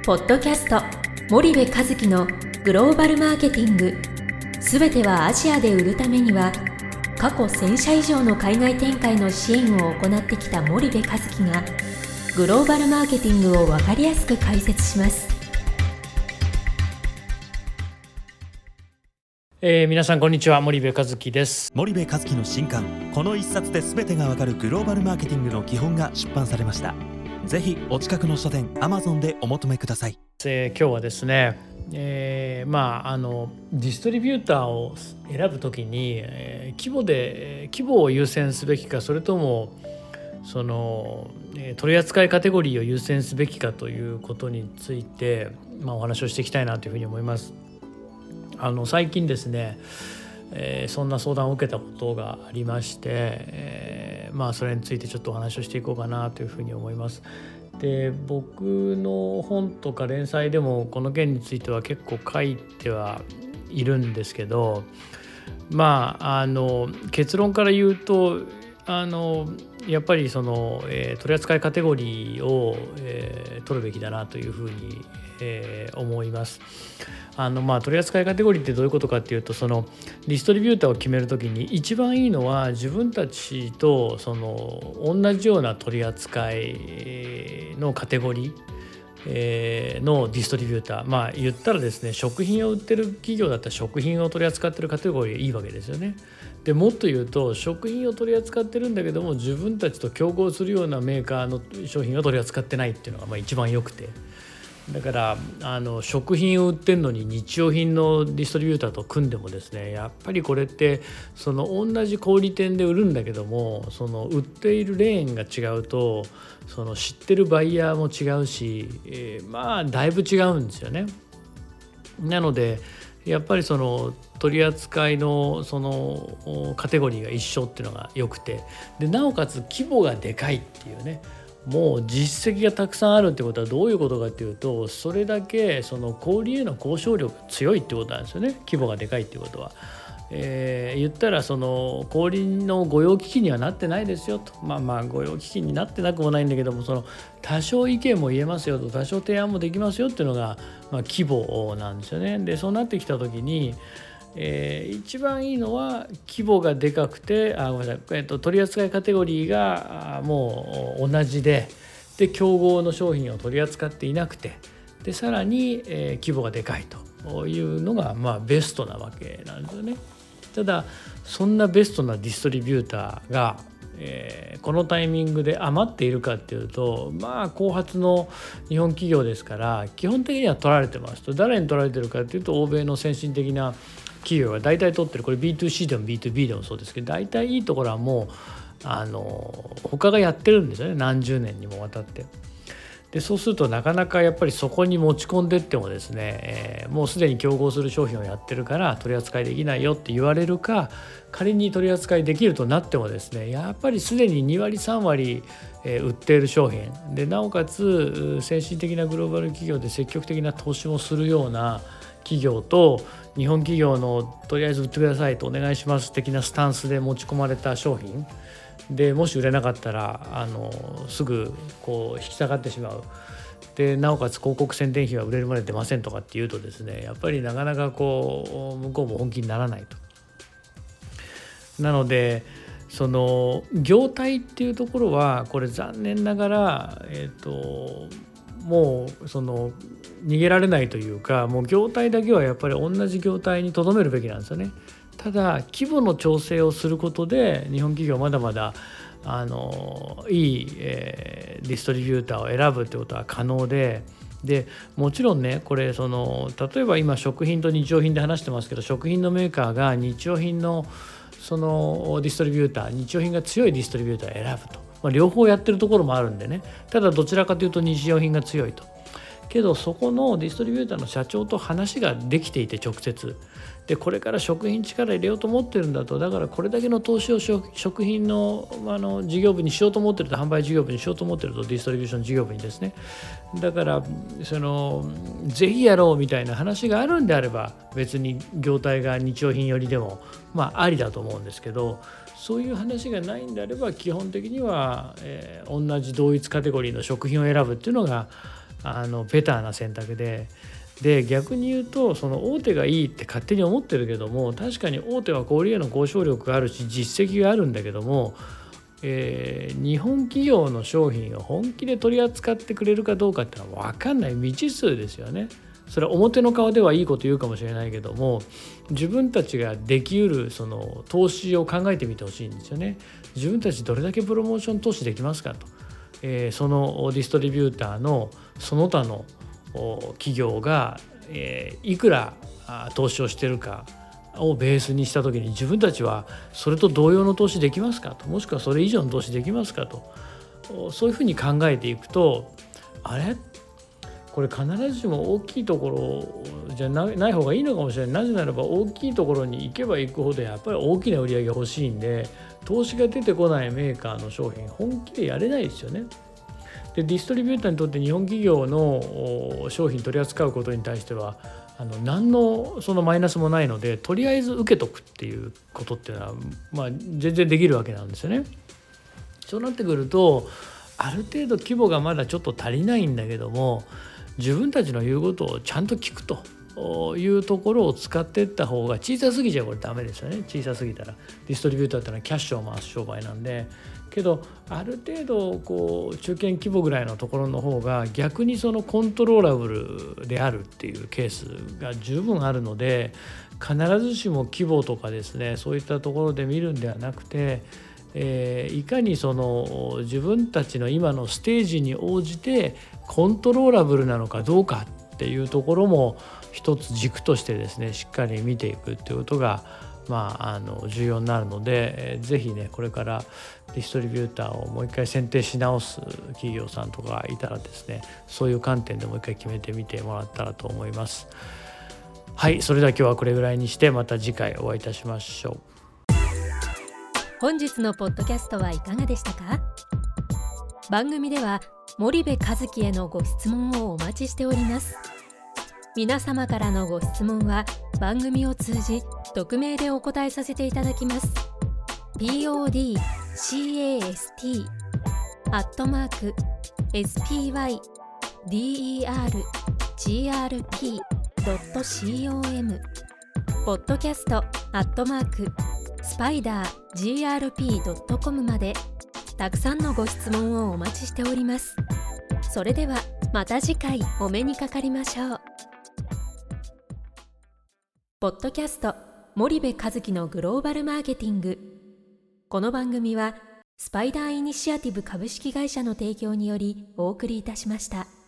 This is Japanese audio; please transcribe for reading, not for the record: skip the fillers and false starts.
ポッドキャスト森部一樹のグローバルマーケティング、すべてはアジアで売るためには、過去1000社以上の海外展開の支援を行ってきた森部一樹がグローバルマーケティングを分かりやすく解説します。 皆さんこんにちは、森部一樹です。 森部一樹の新刊、この一冊で全てがわかるグローバルマーケティングの基本が出版されました。ぜひお近くの書店 Amazon でお求めください。 今日はですね、ディストリビューターを選ぶときに、規模を優先すべきか、それとも取扱いカテゴリーを優先すべきかということについて、お話をしていきたいなというふうに思います。最近ですね、そんな相談を受けたことがありまして、それについてちょっとお話をしていこうかなというふうに思います。で、僕の本とか連載でもこの件については結構書いてはいるんですけど、結論から言うとやっぱり取扱いカテゴリーを、取るべきだなというふうに、思います。取扱いカテゴリーってどういうことかっていうと、ディストリビューターを決めるときに一番いいのは自分たちと同じような取扱いのカテゴリーのディストリビューター、言ったらですね、食品を売ってる企業だったら食品を取り扱ってるカテゴリーいいわけですよね。でもっと言うと、食品を取り扱ってるんだけども自分たちと競合するようなメーカーの商品を取り扱ってないっていうのが一番良くて、だから食品を売ってるのに日用品のディストリビューターと組んでもですね、やっぱりこれって同じ小売店で売るんだけども、売っているレーンが違うと知ってるバイヤーも違うし、だいぶ違うんですよね。なのでやっぱり取り扱いのカテゴリーが一緒っていうのが良くて、でなおかつ規模がでかいっていうね、もう実績がたくさんあるってことはどういうことかっていうと、それだけ小売への交渉力が強いってことなんですよね。規模がでかいっていうことは、言ったら小売の御用聞きにはなってないですよと、御用聞きになってなくもないんだけども、多少意見も言えますよと、多少提案もできますよっていうのが、規模なんですよね。でそうなってきた時に一番いいのは規模がでかくて、取扱いカテゴリーがもう同じで、競合の商品を取り扱っていなくて、でさらに、規模がでかいというのがベストなわけなんですよね。ただそんなベストなディストリビューターが、このタイミングで余っているかっていうと、後発の日本企業ですから基本的には取られてますと。誰に取られてるかっていうと、欧米の先進的な企業が大体取ってる。これ B2C でも B2B でもそうですけど、大体いいところはもう他がやってるんですよね、何十年にもわたって。でそうするとなかなかやっぱりそこに持ち込んでってもですね、もうすでに競合する商品をやってるから取り扱いできないよって言われるか、仮に取り扱いできるとなってもですね、やっぱりすでに2割3割売っている商品で、なおかつ先進的なグローバル企業で積極的な投資もするような企業と、日本企業のとりあえず売ってくださいとお願いします的なスタンスで持ち込まれた商品で、もし売れなかったらすぐ引き下がってしまう。でなおかつ広告宣伝費は売れるまで出ませんとかっていうとですね、やっぱりなかなか向こうも本気にならないと。なので業態っていうところはこれ残念ながらもう逃げられないというか、もう業態だけはやっぱり同じ業態に留めるべきなんですよね。ただ規模の調整をすることで日本企業はまだまだいい、ディストリビューターを選ぶってことは可能で、もちろんね、これ例えば今食品と日用品で話してますけど、食品のメーカーが日用品のディストリビューター、日用品が強いディストリビューターを選ぶと、両方やってるところもあるんでね。ただどちらかというと日用品が強いと。けどそこのディストリビューターの社長と話ができていて、直接でこれから食品力入れようと思ってるんだと、だからこれだけの投資を食品の事業部にしようと思ってると、販売事業部にしようと思ってると、ディストリビューション事業部にですね、だからぜひやろうみたいな話があるんであれば、別に業態が日用品寄りでもありだと思うんですけど、そういう話がないんであれば基本的には、同じ同一カテゴリーの食品を選ぶっていうのがベターな選択で逆に言うとその大手がいいって勝手に思ってるけども、確かに大手は小売への交渉力があるし実績があるんだけども、日本企業の商品を本気で取り扱ってくれるかどうかっていうのは分かんない未知数ですよね。それは表の顔ではいいこと言うかもしれないけども、自分たちができうるその投資を考えてみてほしいんですよね。自分たちどれだけプロモーション投資できますかと、そのディストリビューターのその他の企業が、いくら投資をしてるかをベースにした時に、自分たちはそれと同様の投資できますかと、もしくはそれ以上の投資できますかと、そういうふうに考えていくと、あれこれ必ずしも大きいところじゃない方がいいのかもしれない。なぜならば大きいところに行けば行くほどやっぱり大きな売り上げが欲しいんで、投資が出てこないメーカーの商品本気でやれないですよね。でディストリビューターにとって日本企業の商品取り扱うことに対しては何のそのマイナスもないので、とりあえず受けとくっていうことっていうのは、全然できるわけなんですよね。そうなってくるとある程度規模がまだちょっと足りないんだけども、自分たちの言うことをちゃんと聞くというところを使っていった方が、小さすぎちゃこれダメですよね。小さすぎたらディストリビューターってのはキャッシュを回す商売なんで、けどある程度中堅規模ぐらいのところの方が逆にそのコントローラブルであるっていうケースが十分あるので、必ずしも規模とかですね、そういったところで見るんではなくて、いかにその自分たちの今のステージに応じてコントローラブルなのかどうかっていうところも一つ軸としてですね、しっかり見ていくっていうことが重要になるので、ぜひねこれからディストリビューターをもう一回選定し直す企業さんとかいたらですね、そういう観点でもう一回決めてみてもらったらと思います。はい、それでは今日はこれぐらいにして、また次回お会いいたしましょう。 本日のポッドキャストはいかがでしたか？番組では森部一樹へのご質問をお待ちしております。皆様からのご質問は番組を通じ匿名でお答えさせていただきます。podcast@spydergrp.com podcast@spidergrp.com までたくさんのご質問をお待ちしております。それではまた次回お目にかかりましょう。ポッドキャスト森部一樹のグローバルマーケティング。この番組はスパイダーイニシアティブ株式会社の提供によりお送りいたしました。